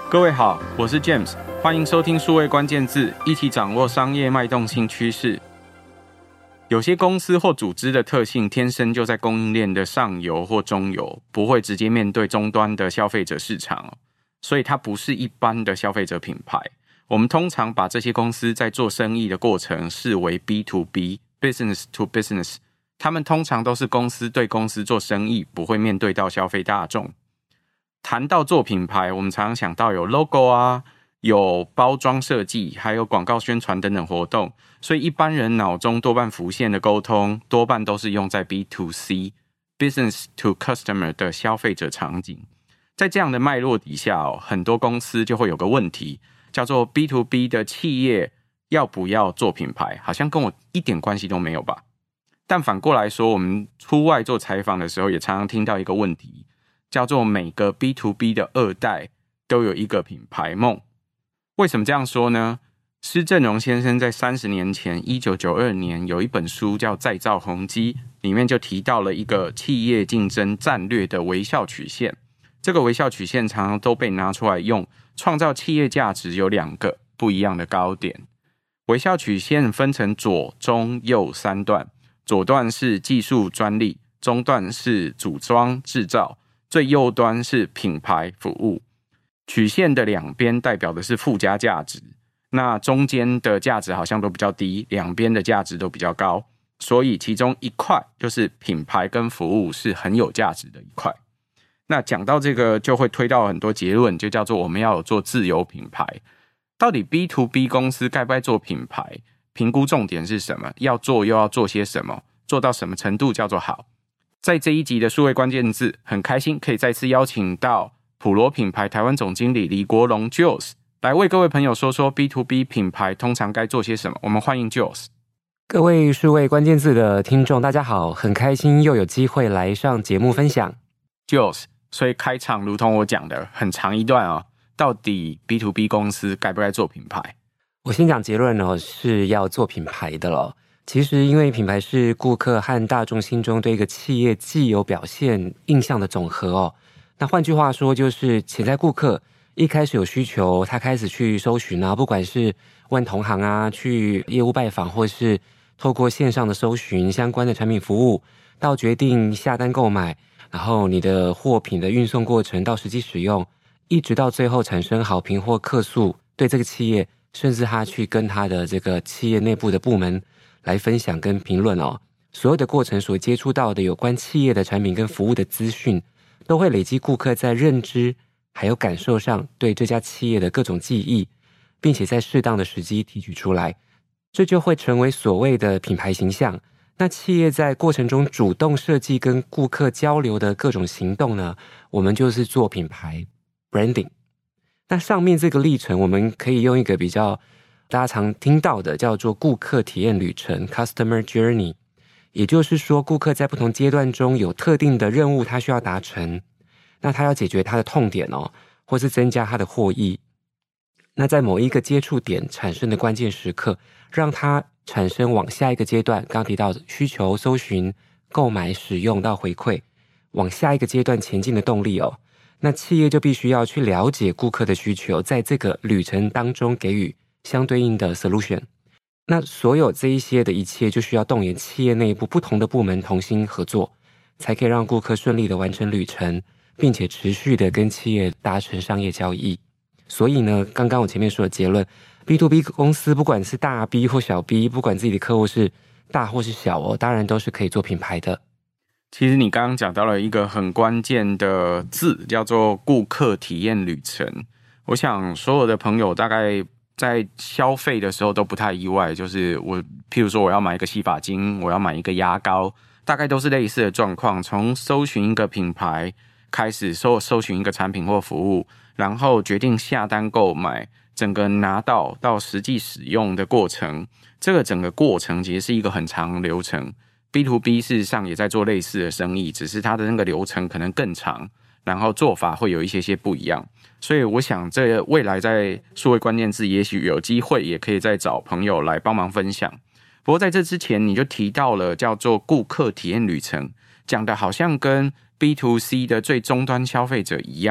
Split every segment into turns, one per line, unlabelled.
各位好，我是 James， 欢迎收听数位关键字，一起掌握商业脉动新趋势。有些公司或组织的特性天生就在供应链的上游或中游，不会直接面对终端的消费者市场，所以它不是一般的消费者品牌。我们通常把这些公司在做生意的过程视为 B2B Business to Business， 他们通常都是公司对公司做生意，不会面对到消费大众。谈到做品牌，我们常常想到有 logo 啊，有包装设计，还有广告宣传等等活动，所以一般人脑中多半浮现的沟通，多半都是用在 B2C Business to Customer 的消费者场景。在这样的脉络底下，很多公司就会有个问题，叫做 B2B 的企业要不要做品牌，好像跟我一点关系都没有吧。但反过来说，我们出外做采访的时候，也常常听到一个问题，叫做每个 B2B 的二代都有一个品牌梦。为什么这样说呢？施正荣先生在30年前1992年有一本书叫《再造宏基》，里面就提到了一个企业竞争战略的微笑曲线。这个微笑曲线常常都被拿出来用，创造企业价值有2个不一样的高点。微笑曲线分成左、中、右3段，左段是技术专利，中段是组装制造，最右端是品牌服务。曲线的两边代表的是附加价值，那中间的价值好像都比较低，两边的价值都比较高，所以其中一块就是品牌跟服务是很有价值的一块。那讲到这个就会推到很多结论，就叫做我们要有做自有品牌。到底 B2B 公司该不该做品牌？评估重点是什么？要做又要做些什么？做到什么程度叫做好？在这一集的数位关键字，很开心可以再次邀请到普罗品牌台湾总经理李国龙 Jules 来为各位朋友说说 B2B 品牌通常该做些什么。我们欢迎 Jules。
各位数位关键字的听众大家好，很开心又有机会来上节目分享。
Jules， 所以开场如同我讲的很长一段哦，到底 B2B 公司该不该做品牌？
我先讲结论哦，是要做品牌的咯。其实因为品牌是顾客和大众心中对一个企业既有表现印象的总和哦。那换句话说，就是潜在顾客一开始有需求，他开始去搜寻啊，不管是问同行啊，去业务拜访，或是透过线上的搜寻相关的产品服务，到决定下单购买，然后你的货品的运送过程到实际使用，一直到最后产生好评或客诉，对这个企业，甚至他去跟他的这个企业内部的部门来分享跟评论哦。所有的过程所接触到的有关企业的产品跟服务的资讯，都会累积顾客在认知还有感受上对这家企业的各种记忆，并且在适当的时机提取出来，这就会成为所谓的品牌形象。那企业在过程中主动设计跟顾客交流的各种行动呢，我们就是做品牌 branding。 那上面这个历程我们可以用一个比较大家常听到的叫做顾客体验旅程 Customer Journey， 也就是说顾客在不同阶段中有特定的任务他需要达成，那他要解决他的痛点哦，或是增加他的获益。那在某一个接触点产生的关键时刻，让他产生往下一个阶段，刚刚提到需求、搜寻、购买、使用到回馈，往下一个阶段前进的动力哦。那企业就必须要去了解顾客的需求，在这个旅程当中给予相对应的 solution。 那所有这一些的一切就需要动员企业内部不同的部门同心合作，才可以让顾客顺利的完成旅程，并且持续的跟企业达成商业交易。所以呢，刚刚我前面说的结论， B2B 公司不管是大 B 或小 B， 不管自己的客户是大或是小哦，当然都是可以做品牌的。
其实你刚刚讲到了一个很关键的字，叫做顾客体验旅程。我想所有的朋友大概在消费的时候都不太意外，就是譬如说我要买一个洗发精，我要买一个牙膏，大概都是类似的状况。从搜寻一个品牌开始，搜寻一个产品或服务，然后决定下单购买，整个拿到实际使用的过程，这个整个过程其实是一个很长的流程。B2B 事实上也在做类似的生意，只是它的那个流程可能更长，然后做法会有一些不一样。所以我想这未来在数位关键字也许有机会也可以再找朋友来帮忙分享。不过在这之前你就提到了叫做顾客体验旅程，讲的好像跟 B2C 的最终端消费者一样，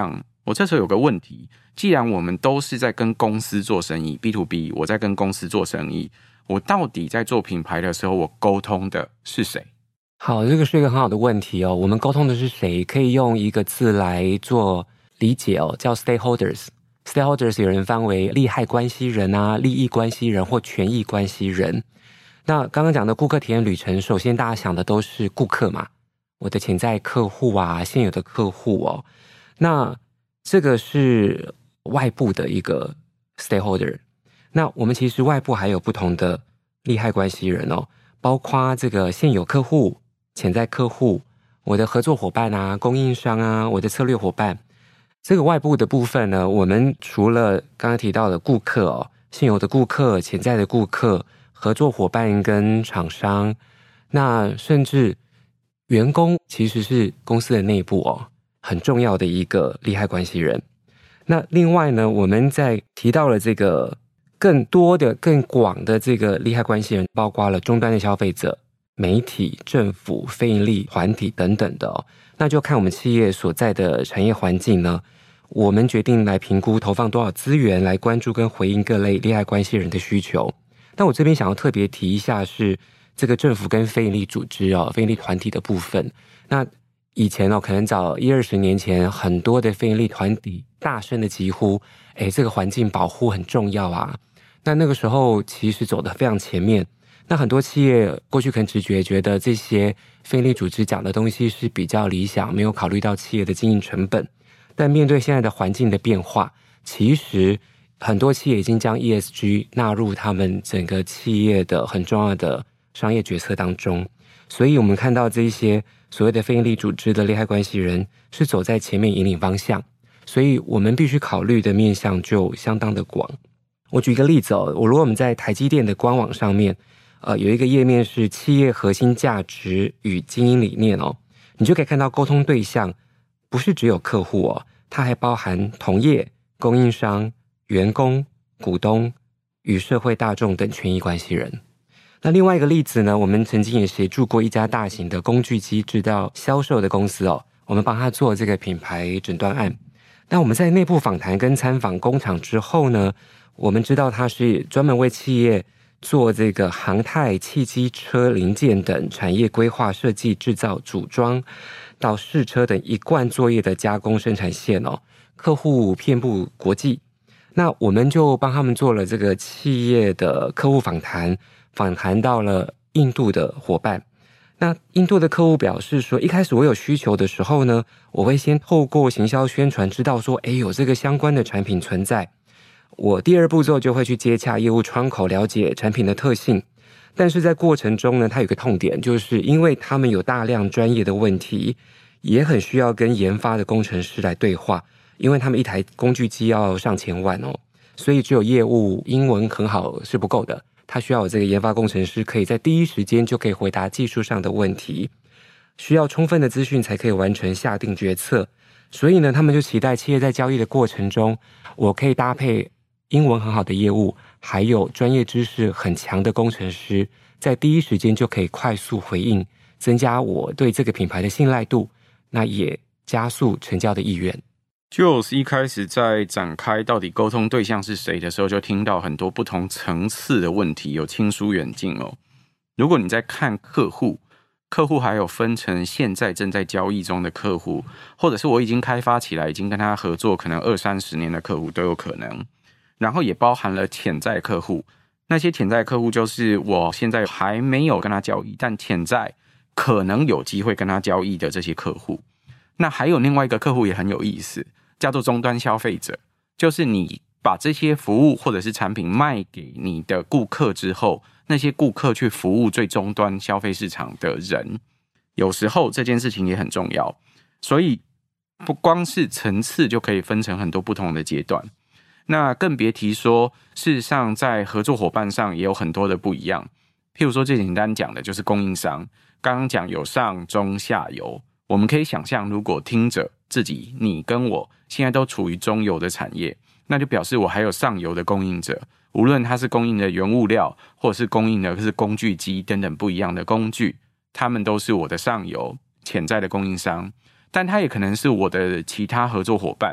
我这时候有个问题，既然我们都是在跟公司做生意 B to B， 我在跟公司做生意，我到底在做品牌的时候，我沟通的是谁？
好，这个是一个很好的问题哦。我们沟通的是谁？可以用一个字来做理解哦，叫 stakeholders。stakeholders 有人翻为利害关系人啊、利益关系人或权益关系人。那刚刚讲的顾客体验旅程，首先大家想的都是顾客嘛，我的潜在客户啊，现有的客户哦。那这个是外部的一个 stakeholder。那我们其实外部还有不同的利害关系人哦，包括这个现有客户、潜在客户、我的合作伙伴啊、供应商啊、我的策略伙伴。这个外部的部分呢，我们除了刚刚提到的顾客哦，现有的顾客、潜在的顾客、合作伙伴跟厂商，那甚至员工其实是公司的内部哦，很重要的一个利害关系人。那另外呢，我们在提到了这个更多的、更广的这个利害关系人，包括了终端的消费者、媒体、政府、非营利团体等等的哦。那就看我们企业所在的产业环境呢，我们决定来评估投放多少资源来关注跟回应各类利害关系人的需求。但我这边想要特别提一下是这个政府跟非营利组织哦、非营利团体的部分。那以前哦，可能早10-20年前，很多的非营利团体大声的疾呼，这个环境保护很重要啊。那个时候其实走得非常前面。那很多企业过去可能直觉觉得这些非营利组织讲的东西是比较理想，没有考虑到企业的经营成本。但面对现在的环境的变化，其实很多企业已经将 ESG 纳入他们整个企业的很重要的商业决策当中。所以我们看到这一些所谓的非营利组织的利害关系人是走在前面引领方向，所以我们必须考虑的面向就相当的广。我举一个例子哦，如果我们在台积电的官网上面有一个页面是企业核心价值与经营理念哦，你就可以看到沟通对象不是只有客户哦，它还包含同业、供应商、员工、股东与社会大众等权益关系人。那另外一个例子呢，我们曾经也协助过一家大型的工具机制造销售的公司哦，我们帮他做这个品牌诊断案。那我们在内部访谈跟参访工厂之后呢，我们知道他是专门为企业做这个航太、汽机车零件等产业规划、设计、制造、组装到试车等一贯作业的加工生产线哦，客户遍布国际。那我们就帮他们做了这个企业的客户访谈到了印度的伙伴。那印度的客户表示说，一开始我有需求的时候呢，我会先透过行销宣传知道说，有这个相关的产品存在。我第二步骤就会去接洽业务窗口，了解产品的特性。但是在过程中呢，它有一个痛点，就是因为他们有大量专业的问题，也很需要跟研发的工程师来对话，因为他们一台工具机要上千万哦，所以只有业务英文很好是不够的，他需要有这个研发工程师可以在第一时间就可以回答技术上的问题，需要充分的资讯才可以完成下定决策。所以呢，他们就期待企业在交易的过程中，我可以搭配英文很好的业务，还有专业知识很强的工程师，在第一时间就可以快速回应，增加我对这个品牌的信赖度，那也加速成交的意愿。
就是一开始在展开到底沟通对象是谁的时候，就听到很多不同层次的问题，有亲疏远近哦。如果你在看客户还有分成现在正在交易中的客户，或者是我已经开发起来，已经跟他合作可能20-30年的客户都有可能。然后也包含了潜在客户，那些潜在客户就是我现在还没有跟他交易，但潜在可能有机会跟他交易的这些客户。那还有另外一个客户也很有意思，叫做终端消费者，就是你把这些服务或者是产品卖给你的顾客之后，那些顾客去服务最终端消费市场的人，有时候这件事情也很重要。所以不光是层次就可以分成很多不同的阶段，那更别提说事实上在合作伙伴上也有很多的不一样。譬如说最简单讲的就是供应商，刚刚讲有上中下游，我们可以想象如果听者自己你跟我现在都处于中游的产业，那就表示我还有上游的供应者，无论它是供应的原物料或者是供应的是工具机等等不一样的工具，他们都是我的上游潜在的供应商，但它也可能是我的其他合作伙伴，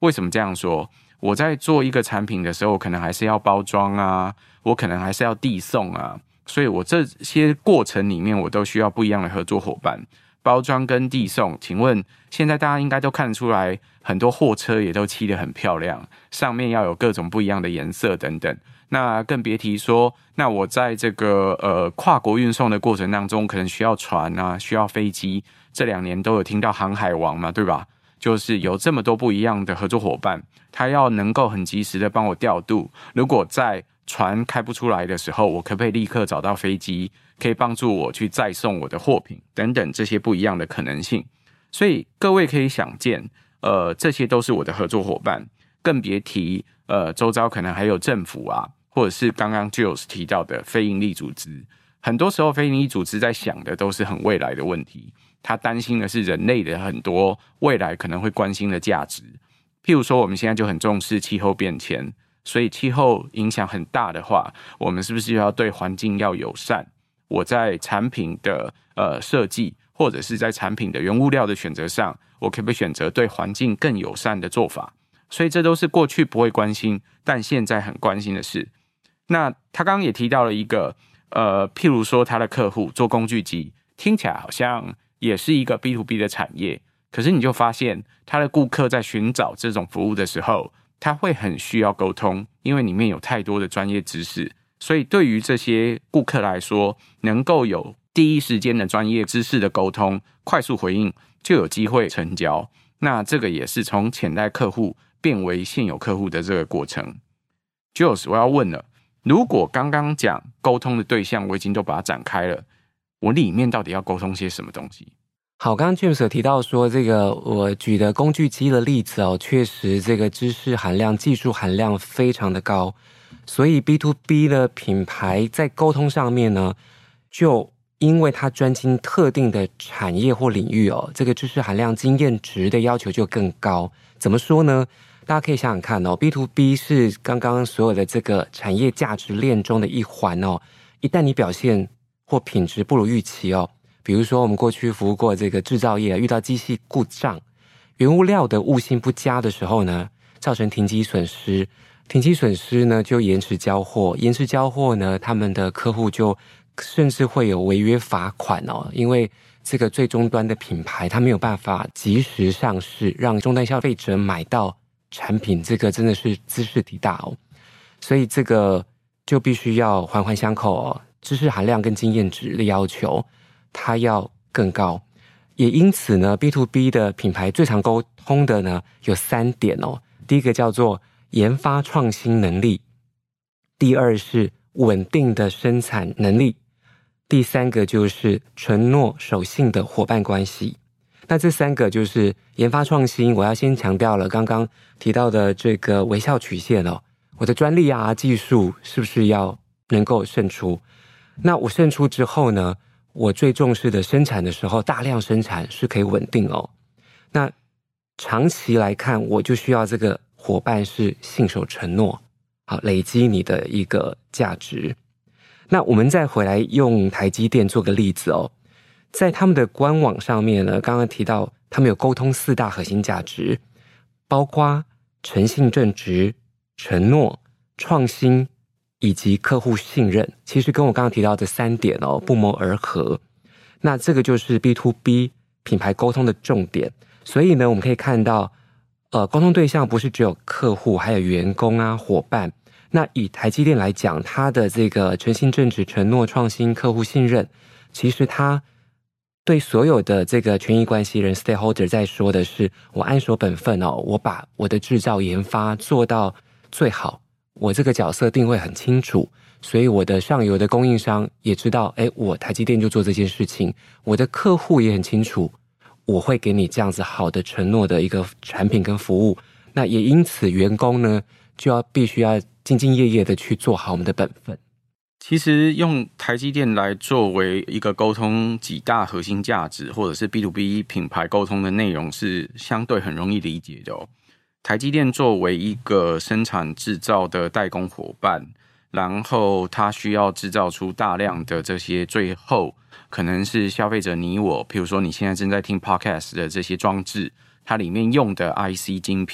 为什么这样说？我在做一个产品的时候，我可能还是要包装啊，我可能还是要递送啊，所以我这些过程里面，我都需要不一样的合作伙伴。包装跟递送，请问现在大家应该都看得出来，很多货车也都漆得很漂亮，上面要有各种不一样的颜色等等。那更别提说，那我在这个跨国运送的过程当中，可能需要船啊，需要飞机。这2年都有听到航海王嘛，对吧？就是有这么多不一样的合作伙伴，他要能够很及时的帮我调度。如果在船开不出来的时候，我可不可以立刻找到飞机，可以帮助我去载送我的货品等等这些不一样的可能性。所以各位可以想见，这些都是我的合作伙伴，更别提周遭可能还有政府啊，或者是刚刚 Jules 提到的非营利组织。很多时候非营利组织在想的都是很未来的问题，他担心的是人类的很多未来可能会关心的价值。譬如说我们现在就很重视气候变迁，所以气候影响很大的话，我们是不是要对环境要友善？我在产品的设计，或者是在产品的原物料的选择上，我可不可以选择对环境更友善的做法？所以这都是过去不会关心，但现在很关心的事。那他刚刚也提到了一个譬如说他的客户做工具机，听起来好像也是一个 B2B 的产业，可是你就发现他的顾客在寻找这种服务的时候，他会很需要沟通，因为里面有太多的专业知识。所以对于这些顾客来说，能够有第一时间的专业知识的沟通，快速回应，就有机会成交。那这个也是从潜在客户变为现有客户的这个过程。Jules， 我要问了，如果刚刚讲沟通的对象我已经都把它展开了，我里面到底要沟通些什么东西？
好，刚刚 James 有提到说，这个我举的工具机的例子哦，确实这个知识含量、技术含量非常的高，所以 B2B 的品牌在沟通上面呢，就因为它专精特定的产业或领域哦，这个知识含量、经验值的要求就更高。怎么说呢？大家可以想想看哦 ，B2B 是刚刚所有的这个产业价值链中的一环哦，一旦你表现或品质不如预期哦，比如说我们过去服务过这个制造业，遇到机器故障，原物料的物性不佳的时候呢，造成停机损失，停机损失呢就延迟交货，延迟交货呢，他们的客户就甚至会有违约罚款哦，因为这个最终端的品牌它没有办法及时上市，让终端消费者买到产品，这个真的是茲事体大哦，所以这个就必须要环环相扣哦，知识含量跟经验值的要求它要更高，也因此呢 B2B 的品牌最常沟通的呢有3点哦。第一个叫做研发创新能力，第二是稳定的生产能力，第3个就是承诺守信的伙伴关系。那这3个就是研发创新，我要先强调了刚刚提到的这个微笑曲线哦，我的专利啊技术是不是要能够胜出？那我胜出之后呢，我最重视的生产的时候，大量生产是可以稳定哦。那长期来看，我就需要这个伙伴是信守承诺，好，累积你的一个价值。那我们再回来用台积电做个例子哦，在他们的官网上面呢，刚刚提到他们有沟通4大核心价值，包括诚信正直、承诺、创新以及客户信任，其实跟我刚刚提到的3点哦不谋而合。那这个就是 B2B 品牌沟通的重点。所以呢，我们可以看到沟通对象不是只有客户，还有员工啊、伙伴。那以台积电来讲，它的这个诚信正直、承诺、创新、客户信任，其实它对所有的这个权益关系人 stakeholder 在说的是，我安守本分哦，我把我的制造研发做到最好，我这个角色定位很清楚，所以我的上游的供应商也知道，我台积电就做这件事情，我的客户也很清楚，我会给你这样子好的承诺的一个产品跟服务。那也因此员工呢就必须要兢兢业业的去做好我们的本分。
其实用台积电来作为一个沟通几大核心价值，或者是 B2B 品牌沟通的内容，是相对很容易理解的哦。台积电作为一个生产制造的代工伙伴，然后它需要制造出大量的这些最后可能是消费者你我，譬如说你现在正在听 podcast 的这些装置，它里面用的 IC 晶片，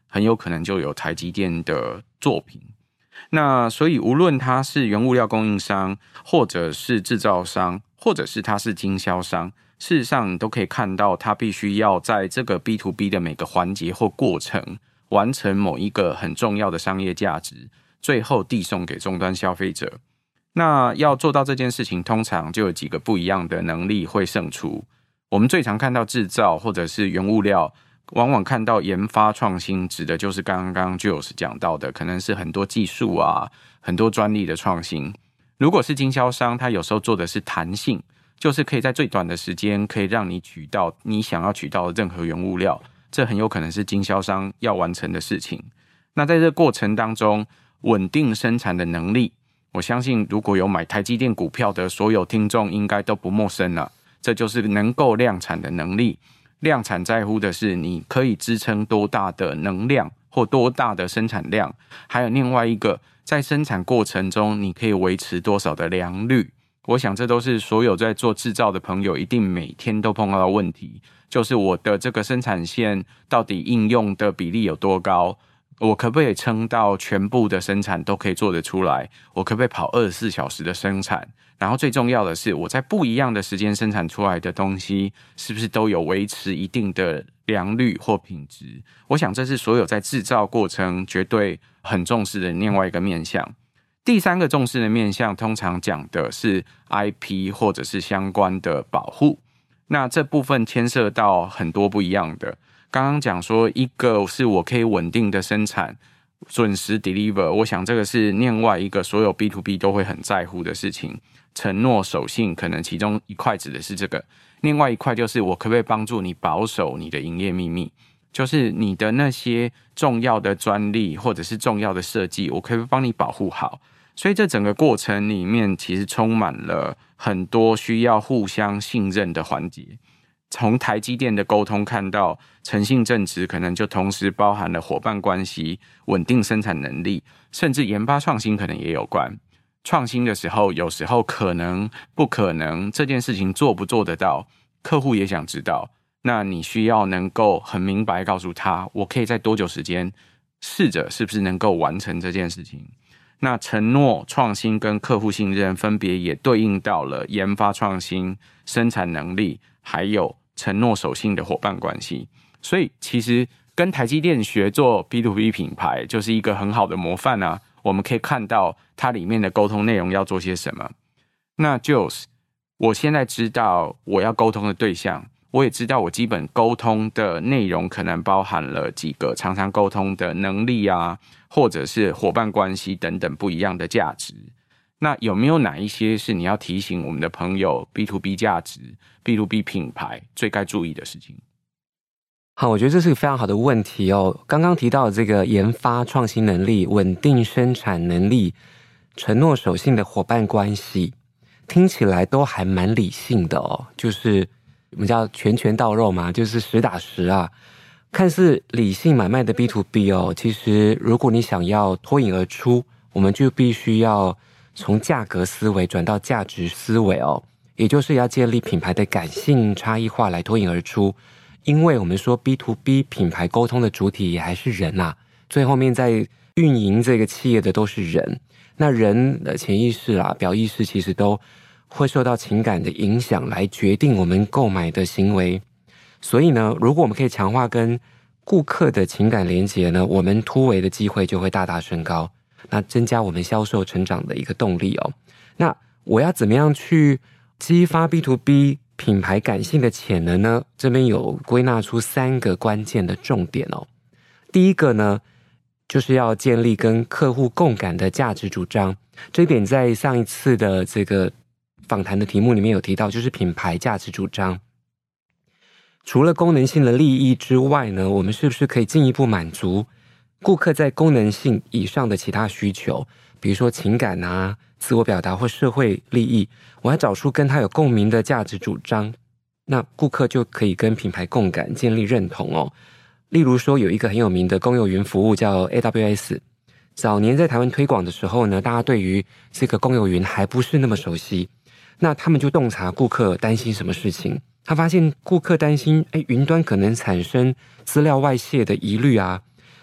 很有可能就有台积电的作品。那所以无论它是原物料供应商，或者是制造商，或者是它是经销商，事实上你都可以看到它必须要在这个 B2B 的每个环节或过程完成某一个很重要的商业价值，最后递送给终端消费者。那要做到这件事情，通常就有几个不一样的能力会胜出。我们最常看到制造或者是原物料，往往看到研发创新，指的就是刚刚 Jules 讲到的，可能是很多技术啊，很多专利的创新。如果是经销商，他有时候做的是弹性，就是可以在最短的时间可以让你取到你想要取到的任何原物料，这很有可能是经销商要完成的事情。那在这个过程当中，稳定生产的能力，我相信如果有买台积电股票的所有听众应该都不陌生了，这就是能够量产的能力。量产在乎的是你可以支撑多大的能量或多大的生产量，还有另外一个在生产过程中你可以维持多少的良率。我想这都是所有在做制造的朋友一定每天都碰到的问题，就是我的这个生产线到底应用的比例有多高，我可不可以撑到全部的生产都可以做得出来，我可不可以跑24小时的生产，然后最重要的是我在不一样的时间生产出来的东西是不是都有维持一定的良率或品质。我想这是所有在制造过程绝对很重视的另外一个面向。第三个重视的面向通常讲的是 IP 或者是相关的保护，那这部分牵涉到很多不一样的。刚刚讲说一个是我可以稳定的生产，准时 deliver， 我想这个是另外一个所有 B2B 都会很在乎的事情。承诺守信可能其中一块指的是这个，另外一块就是我可不可以帮助你保守你的营业秘密，就是你的那些重要的专利或者是重要的设计，我可不可以帮你保护好。所以这整个过程里面其实充满了很多需要互相信任的环节。从台积电的沟通看到诚信正直，可能就同时包含了伙伴关系、稳定生产能力，甚至研发创新可能也有关。创新的时候，有时候可能不可能，这件事情做不做得到，客户也想知道。那你需要能够很明白告诉他，我可以在多久时间试着是不是能够完成这件事情。那承诺、创新跟客户信任分别也对应到了研发创新、生产能力，还有承诺守信的伙伴关系。所以其实跟台积电学做 B2B 品牌就是一个很好的模范啊。我们可以看到它里面的沟通内容要做些什么。那就是我现在知道我要沟通的对象，我也知道我基本沟通的内容可能包含了几个常常沟通的能力啊，或者是伙伴关系等等不一样的价值。那有没有哪一些是你要提醒我们的朋友 B2B 价值 B2B 品牌最该注意的事情？
好，我觉得这是个非常好的问题哦。刚刚提到这个研发创新能力、稳定生产能力、承诺守信的伙伴关系，听起来都还蛮理性的哦。就是我们叫拳拳到肉嘛，就是实打实啊。看似理性买卖的 B2B 哦，其实如果你想要脱颖而出，我们就必须要从价格思维转到价值思维哦，也就是要建立品牌的感性差异化来脱颖而出。因为我们说 B2B 品牌沟通的主体也还是人啊，最后面在运营这个企业的都是人。那人的潜意识啊、表意识其实都会受到情感的影响来决定我们购买的行为。所以呢，如果我们可以强化跟顾客的情感连结呢，我们突围的机会就会大大升高，那增加我们销售成长的一个动力哦。那我要怎么样去激发 B2B 品牌感性的潜能呢？这边有归纳出3个关键的重点哦。第一个呢，就是要建立跟客户共感的价值主张。这一点在上一次的这个访谈的题目里面有提到，就是品牌价值主张。除了功能性的利益之外呢，我们是不是可以进一步满足顾客在功能性以上的其他需求，比如说情感啊、自我表达或社会利益，我要找出跟他有共鸣的价值主张，那顾客就可以跟品牌共感，建立认同哦。例如说有一个很有名的公有云服务叫 AWS， 早年在台湾推广的时候呢，大家对于这个公有云还不是那么熟悉，那他们就洞察顾客担心什么事情。他发现顾客担心云端可能产生资料外泄的疑虑啊，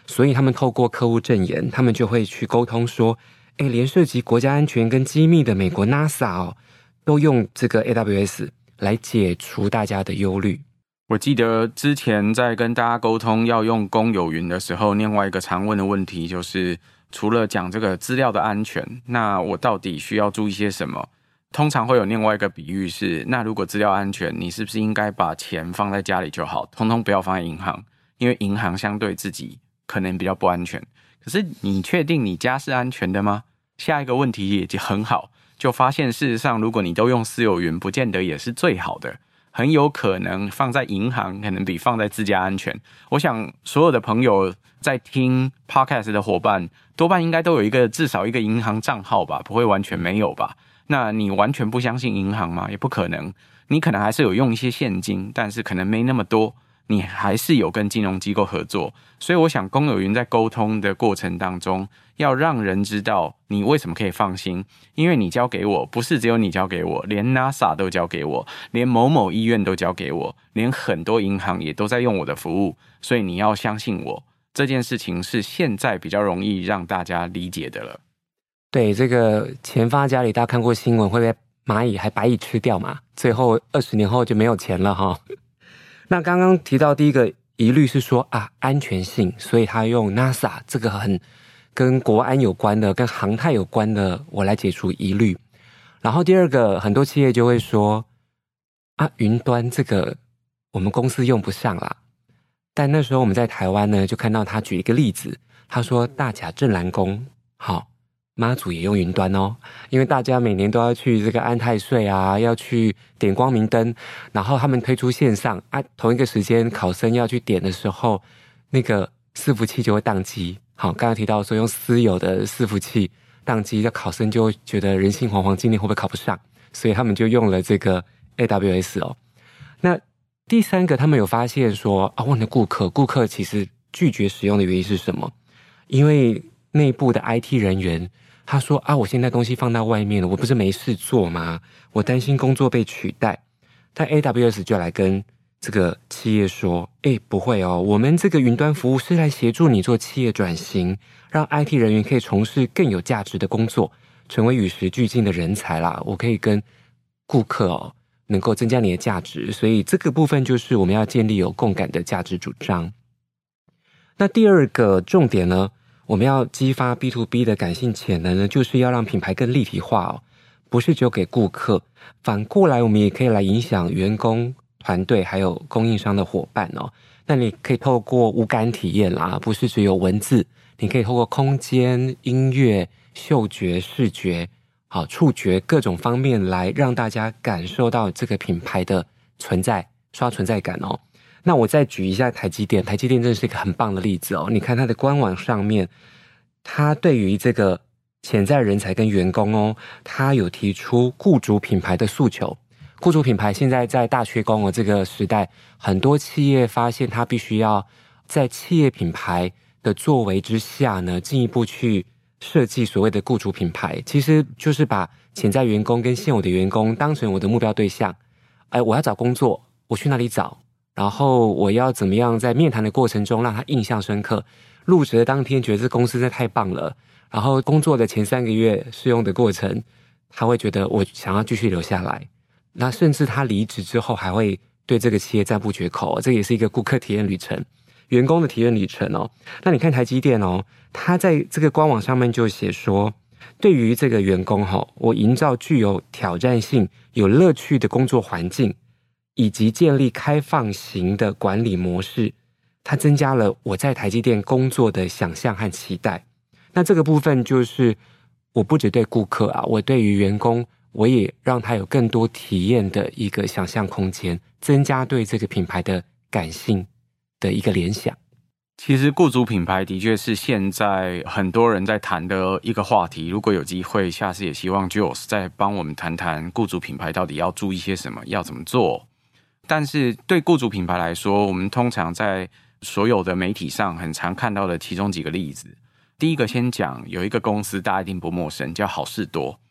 所以他们透过客户证言，他们就会去沟通说，连涉及国家安全跟机密的美国 NASA 都用这个 AWS 来解除大家的忧虑。
我记得之前在跟大家沟通要用公有云的时候，另外一个常问的问题就是，除了讲这个资料的安全，那我到底需要注意些什么？通常会有另外一个比喻是，那如果资料安全，你是不是应该把钱放在家里就好，通通不要放在银行，因为银行相对自己可能比较不安全。可是你确定你家是安全的吗？下一个问题也很好，就发现事实上如果你都用私有云，不见得也是最好的，很有可能放在银行可能比放在自家安全。我想所有的朋友在听 podcast 的伙伴多半应该都有至少一个银行账号吧，不会完全没有吧。那你完全不相信银行吗？也不可能，你可能还是有用一些现金，但是可能没那么多，你还是有跟金融机构合作。所以我想公有云在沟通的过程当中，要让人知道你为什么可以放心，因为你交给我，不是只有你交给我，连 NASA 都交给我，连某某医院都交给我，连很多银行也都在用我的服务，所以你要相信我。这件事情是现在比较容易让大家理解的了。
对，这个钱放在家里，大家看过新闻会被蚂蚁还白蚁吃掉嘛？最后20年后就没有钱了哈。那刚刚提到第一个疑虑是说安全性，所以他用 NASA 这个很跟国安有关的、跟航太有关的，我来解除疑虑。然后第二个，很多企业就会说云端这个我们公司用不上啦。但那时候我们在台湾呢，就看到他举一个例子，他说大甲镇澜宫妈祖也用云端哦，因为大家每年都要去这个安太岁要去点光明灯，然后他们推出线上同一个时间考生要去点的时候，那个伺服器就会宕机。刚刚提到说用私有的伺服器宕机，那考生就会觉得人心惶惶，今年会不会考不上？所以他们就用了这个 AWS 哦。那第三个，他们有发现说问了顾客其实拒绝使用的原因是什么？因为内部的 IT 人员他说我现在东西放到外面了，我不是没事做吗？我担心工作被取代。但 AWS 就来跟这个企业说不会哦，我们这个云端服务是来协助你做企业转型，让 IT 人员可以从事更有价值的工作，成为与时俱进的人才啦。我可以跟顾客能够增加你的价值，所以这个部分就是我们要建立有共感的价值主张。那第二个重点呢，我们要激发 B2B 的感性潜能呢，就是要让品牌更立体化不是只有给顾客，反过来我们也可以来影响员工、团队还有供应商的伙伴那你可以透过无感体验啦，不是只有文字，你可以透过空间、音乐、嗅觉、视觉、触觉各种方面来让大家感受到这个品牌的存在，刷存在感那我再举一下台积电真的是一个很棒的例子你看它的官网上面，它对于这个潜在人才跟员工它有提出雇主品牌的诉求。雇主品牌现在在大缺工这个时代，很多企业发现它必须要在企业品牌的作为之下呢，进一步去设计所谓的雇主品牌，其实就是把潜在员工跟现有的员工当成我的目标对象。我要找工作，我去哪里找？然后我要怎么样在面谈的过程中让他印象深刻？入职的当天觉得这公司真的太棒了，然后工作的前3个月试用的过程，他会觉得我想要继续留下来。那甚至他离职之后还会对这个企业赞不绝口这也是一个顾客体验旅程，员工的体验旅程那你看台积电他在这个官网上面就写说，对于这个员工我营造具有挑战性、有乐趣的工作环境，以及建立开放型的管理模式，它增加了我在台积电工作的想象和期待。那这个部分就是我不只对顾客我对于员工我也让他有更多体验的一个想象空间，增加对这个品牌的感性的一个联想。
其实雇主品牌的确是现在很多人在谈的一个话题，如果有机会下次也希望 Jules 再帮我们谈谈雇主品牌到底要注意些什么，要怎么做。但是对雇主品牌来说，我们通常在所有的媒体上很常看到的其中几个例子。第一个先讲有一个公司大家一定不陌生，叫好事多。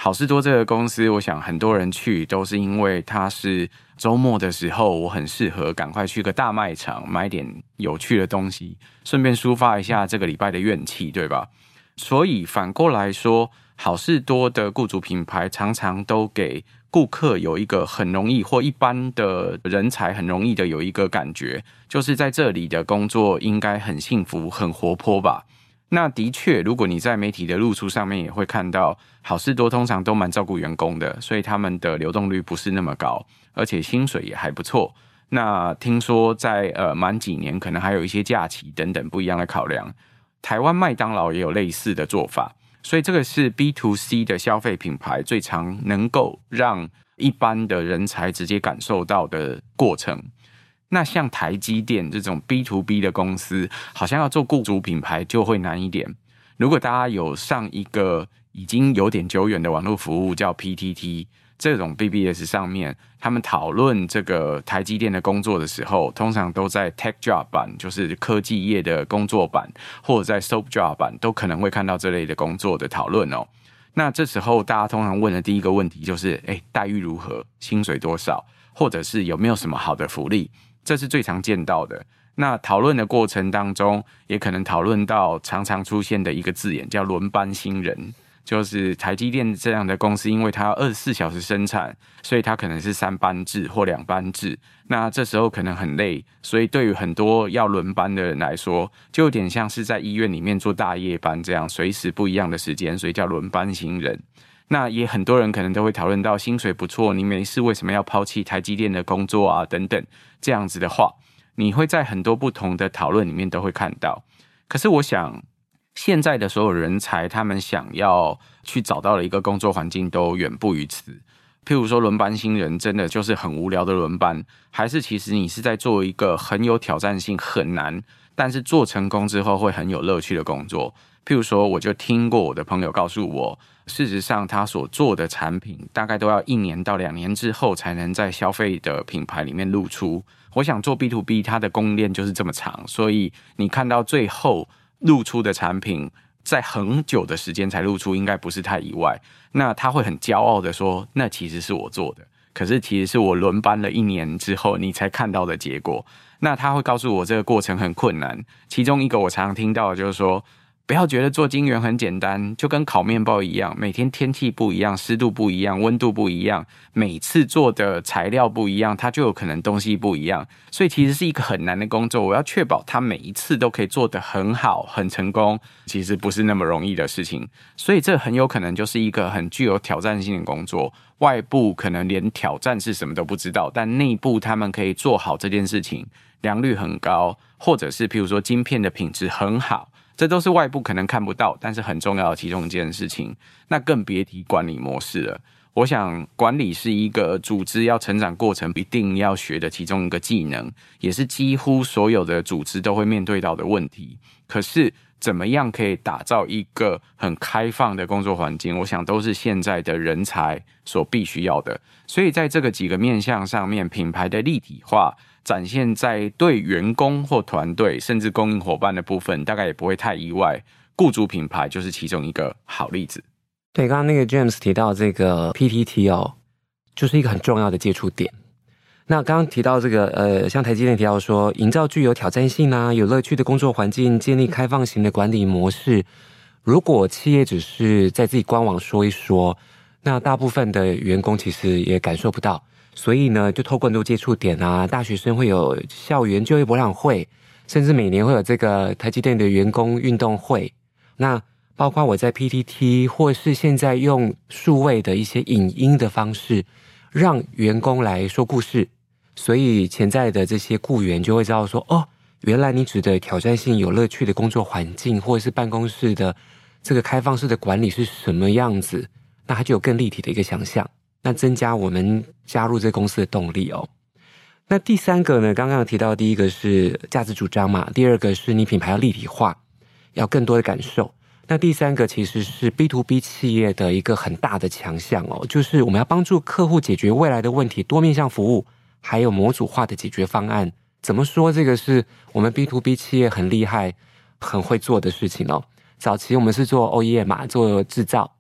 好事多这个公司，我想很多人去都是因为它是周末的时候，我很适合赶快去个大卖场买点有趣的东西，顺便抒发一下这个礼拜的怨气，对吧？所以反过来说，好事多的雇主品牌常常都给顾客有一个很容易或一般的人才很容易的有一个感觉，就是在这里的工作应该很幸福、很活泼吧。那的确，如果你在媒体的露出上面也会看到，好事多通常都蛮照顾员工的，所以他们的流动率不是那么高，而且薪水也还不错。那听说在满几年可能还有一些假期等等不一样的考量。台湾麦当劳也有类似的做法，所以这个是 B2C 的消费品牌最常能够让一般的人才直接感受到的过程。那像台积电这种 B2B 的公司，好像要做雇主品牌就会难一点。如果大家有上一个已经有点久远的网络服务叫 PTT， 这种 BBS 上面，他们讨论这个台积电的工作的时候，通常都在 Tech Job 版，就是科技业的工作版，或者在 Soap Job 版，都可能会看到这类的工作的讨论哦。那这时候大家通常问的第一个问题就是，待遇如何？薪水多少？或者是有没有什么好的福利？这是最常见到的。那讨论的过程当中，也可能讨论到常常出现的一个字眼，叫轮班新人。就是台积电这样的公司，因为它要24小时生产，所以它可能是3班制或2班制。那这时候可能很累，所以对于很多要轮班的人来说，就有点像是在医院里面做大夜班这样，随时不一样的时间，所以叫轮班新人。那也很多人可能都会讨论到薪水不错，你没事为什么要抛弃台积电的工作啊等等这样子的话，你会在很多不同的讨论里面都会看到。可是我想现在的所有人才，他们想要去找到的一个工作环境都远不于此。譬如说轮班新人真的就是很无聊的轮班，还是其实你是在做一个很有挑战性很难，但是做成功之后会很有乐趣的工作。譬如说我就听过我的朋友告诉我，事实上他所做的产品大概都要1年到2年之后才能在消费的品牌里面露出。我想做 B2B 它的供应链就是这么长，所以你看到最后露出的产品在很久的时间才露出，应该不是太意外。那他会很骄傲的说，那其实是我做的，可是其实是我轮班了1年之后你才看到的结果。那他会告诉我这个过程很困难，其中一个我常常听到的就是说，不要觉得做晶圆很简单，就跟烤面包一样，每天天气不一样，湿度不一样，温度不一样，每次做的材料不一样，它就有可能东西不一样，所以其实是一个很难的工作。我要确保它每一次都可以做得很好很成功，其实不是那么容易的事情，所以这很有可能就是一个很具有挑战性的工作。外部可能连挑战是什么都不知道，但内部他们可以做好这件事情，良率很高，或者是譬如说晶片的品质很好，这都是外部可能看不到，但是很重要的其中一件事情。那更别提管理模式了。我想管理是一个组织要成长过程一定要学的其中一个技能，也是几乎所有的组织都会面对到的问题。可是怎么样可以打造一个很开放的工作环境，我想都是现在的人才所必须要的。所以在这个几个面向上面，品牌的立体化展现在对员工或团队甚至供应伙伴的部分，大概也不会太意外。雇主品牌就是其中一个好例子。
对，刚刚那个 James 提到这个 PTT 哦，就是一个很重要的接触点。那刚刚提到这个像台积电提到说，营造具有挑战性啊、有乐趣的工作环境，建立开放型的管理模式。如果企业只是在自己官网说一说，那大部分的员工其实也感受不到。所以呢，就透过很多接触点啊，大学生会有校园就业博览会，甚至每年会有这个台积电的员工运动会。那包括我在 PTT 或是现在用数位的一些影音的方式，让员工来说故事。所以潜在的这些雇员就会知道说，哦，原来你指的挑战性有乐趣的工作环境，或者是办公室的这个开放式的管理是什么样子，那他就有更立体的一个想象，那增加我们加入这个公司的动力哦。那第三个呢，刚刚有提到第一个是价值主张嘛，第二个是你品牌要立体化，要更多的感受。那第三个其实是 B2B 企业的一个很大的强项哦，就是我们要帮助客户解决未来的问题，多面向服务，还有模组化的解决方案。怎么说这个是我们 B2B 企业很厉害很会做的事情哦。早期我们是做 OEM 嘛，做制造，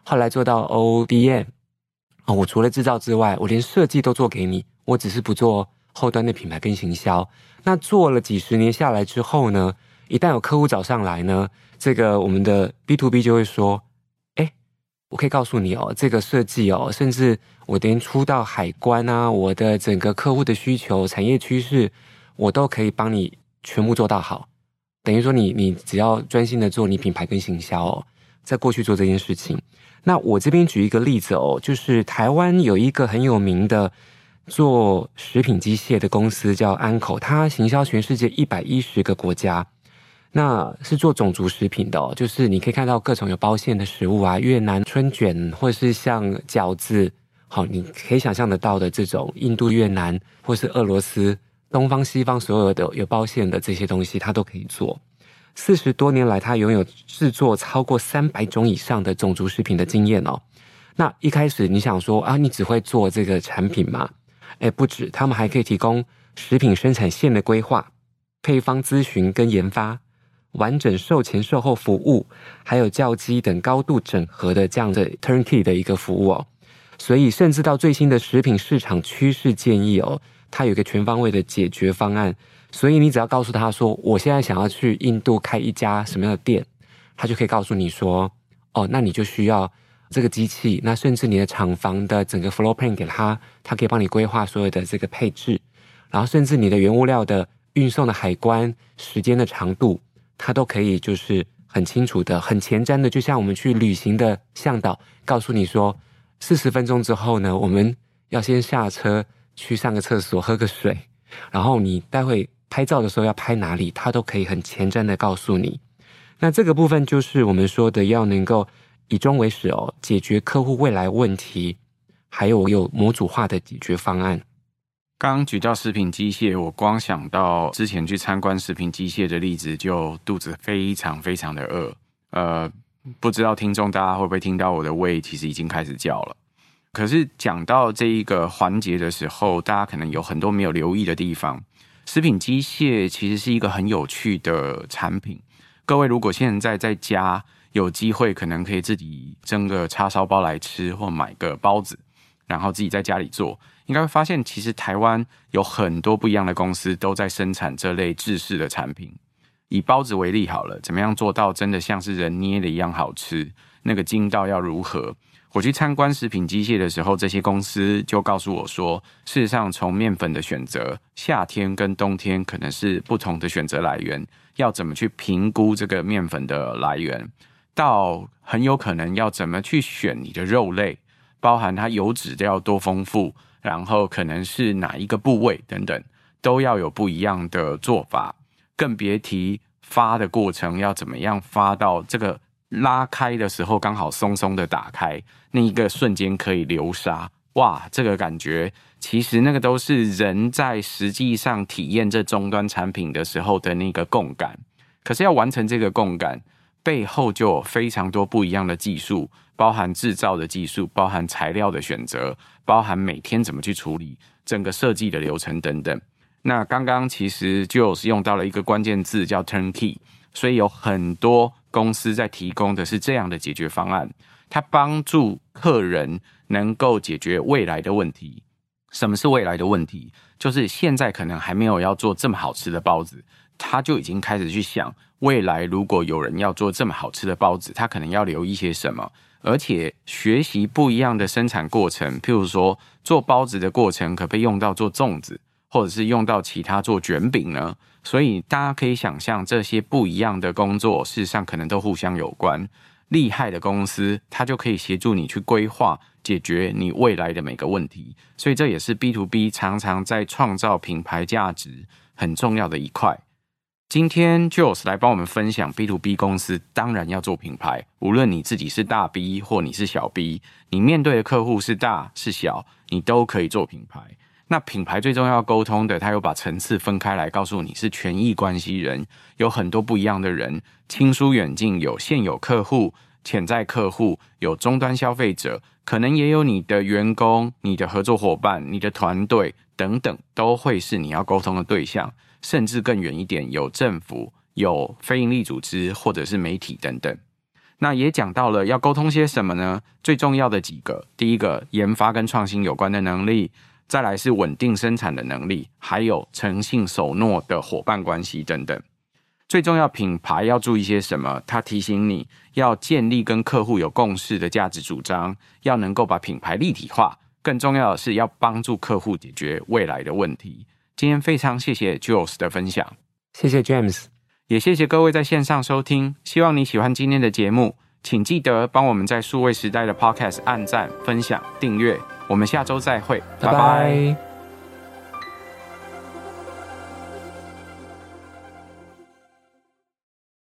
后来做到 ODM，我除了制造之外，我连设计都做给你，我只是不做后端的品牌跟行销。那做了几十年下来之后呢，一旦有客户找上来呢，这个我们的 B2B 就会说，我可以告诉你这个设计甚至我连出到海关啊，我的整个客户的需求、产业趋势，我都可以帮你全部做到好。等于说你只要专心的做你品牌跟行销在过去做这件事情。那我这边举一个例子就是台湾有一个很有名的做食品机械的公司叫安口，它行销全世界110个国家。那是做种族食品的就是你可以看到各种有包馅的食物啊，越南春卷，或是像饺子，你可以想象得到的这种印度、越南或是俄罗斯，东方西方所有的有包馅的这些东西，它都可以做。40多年来，它拥有制作超过300种以上的种族食品的经验那一开始你想说你只会做这个产品吗？不止，他们还可以提供食品生产线的规划、配方咨询跟研发、完整售前售后服务，还有教机等高度整合的这样的 turnkey 的一个服务所以甚至到最新的食品市场趋势建议它有一个全方位的解决方案。所以你只要告诉他说我现在想要去印度开一家什么样的店，他就可以告诉你说那你就需要这个机器，那甚至你的厂房的整个 floor plan 给他可以帮你规划所有的这个配置，然后甚至你的原物料的运送的海关时间的长度，它都可以就是很清楚的、很前瞻的，就像我们去旅行的向导告诉你说40分钟之后呢，我们要先下车去上个厕所喝个水，然后你待会拍照的时候要拍哪里，它都可以很前瞻的告诉你。那这个部分就是我们说的要能够以终为始解决客户未来问题，还有模组化的解决方案。
刚刚举到食品机械，我光想到之前去参观食品机械的例子，就肚子非常非常的饿。不知道听众大家会不会听到我的胃其实已经开始叫了。可是讲到这一个环节的时候，大家可能有很多没有留意的地方。食品机械其实是一个很有趣的产品。各位如果现在在家有机会，可能可以自己蒸个叉烧包来吃，或买个包子，然后自己在家里做，应该会发现其实台湾有很多不一样的公司都在生产这类制式的产品。以包子为例好了，怎么样做到真的像是人捏的一样好吃，那个筋道要如何。我去参观食品机械的时候，这些公司就告诉我说，事实上从面粉的选择，夏天跟冬天可能是不同的选择来源，要怎么去评估这个面粉的来源，到很有可能要怎么去选你的肉类，包含它油脂要多丰富，然后可能是哪一个部位等等，都要有不一样的做法。更别提发的过程要怎么样发到这个拉开的时候刚好松松的打开，那一个瞬间可以流沙，哇，这个感觉其实那个都是人在实际上体验这终端产品的时候的那个共感。可是要完成这个共感，背后就有非常多不一样的技术，包含制造的技术，包含材料的选择，包含每天怎么去处理整个设计的流程等等。那刚刚其实就是用到了一个关键字叫 turnkey， 所以有很多公司在提供的是这样的解决方案，它帮助客人能够解决未来的问题。什么是未来的问题？就是现在可能还没有要做这么好吃的包子，他就已经开始去想，未来如果有人要做这么好吃的包子，他可能要留意些什么，而且学习不一样的生产过程，譬如说做包子的过程可不可以用到做粽子，或者是用到其他做卷饼呢？所以大家可以想象，这些不一样的工作事实上可能都互相有关。厉害的公司它就可以协助你去规划解决你未来的每个问题，所以这也是 B2B 常常在创造品牌价值很重要的一块。今天 Jules 来帮我们分享 B2B 公司当然要做品牌，无论你自己是大 B 或你是小 B， 你面对的客户是大是小，你都可以做品牌。那品牌最重要沟通的，他有把层次分开来告诉你是权益关系人，有很多不一样的人，亲疏远近，有现有客户、潜在客户，有终端消费者，可能也有你的员工、你的合作伙伴、你的团队等等，都会是你要沟通的对象，甚至更远一点，有政府、有非营利组织或者是媒体等等。 那也讲到了要沟通些什么呢？最重要的几个，第一个，研发跟创新有关的能力，再来是稳定生产的能力，还有诚信守诺的伙伴关系等等。最重要，品牌要注意些什么？他提醒你要建立跟客户有共识的价值主张，要能够把品牌立体化，更重要的是要帮助客户解决未来的问题。今天非常谢谢 Jules 的分享，
谢谢 James，
也谢谢各位在线上收听，希望你喜欢今天的节目，请记得帮我们在数位时代的 Podcast 按赞、分享、订阅，我们下周再会，拜拜。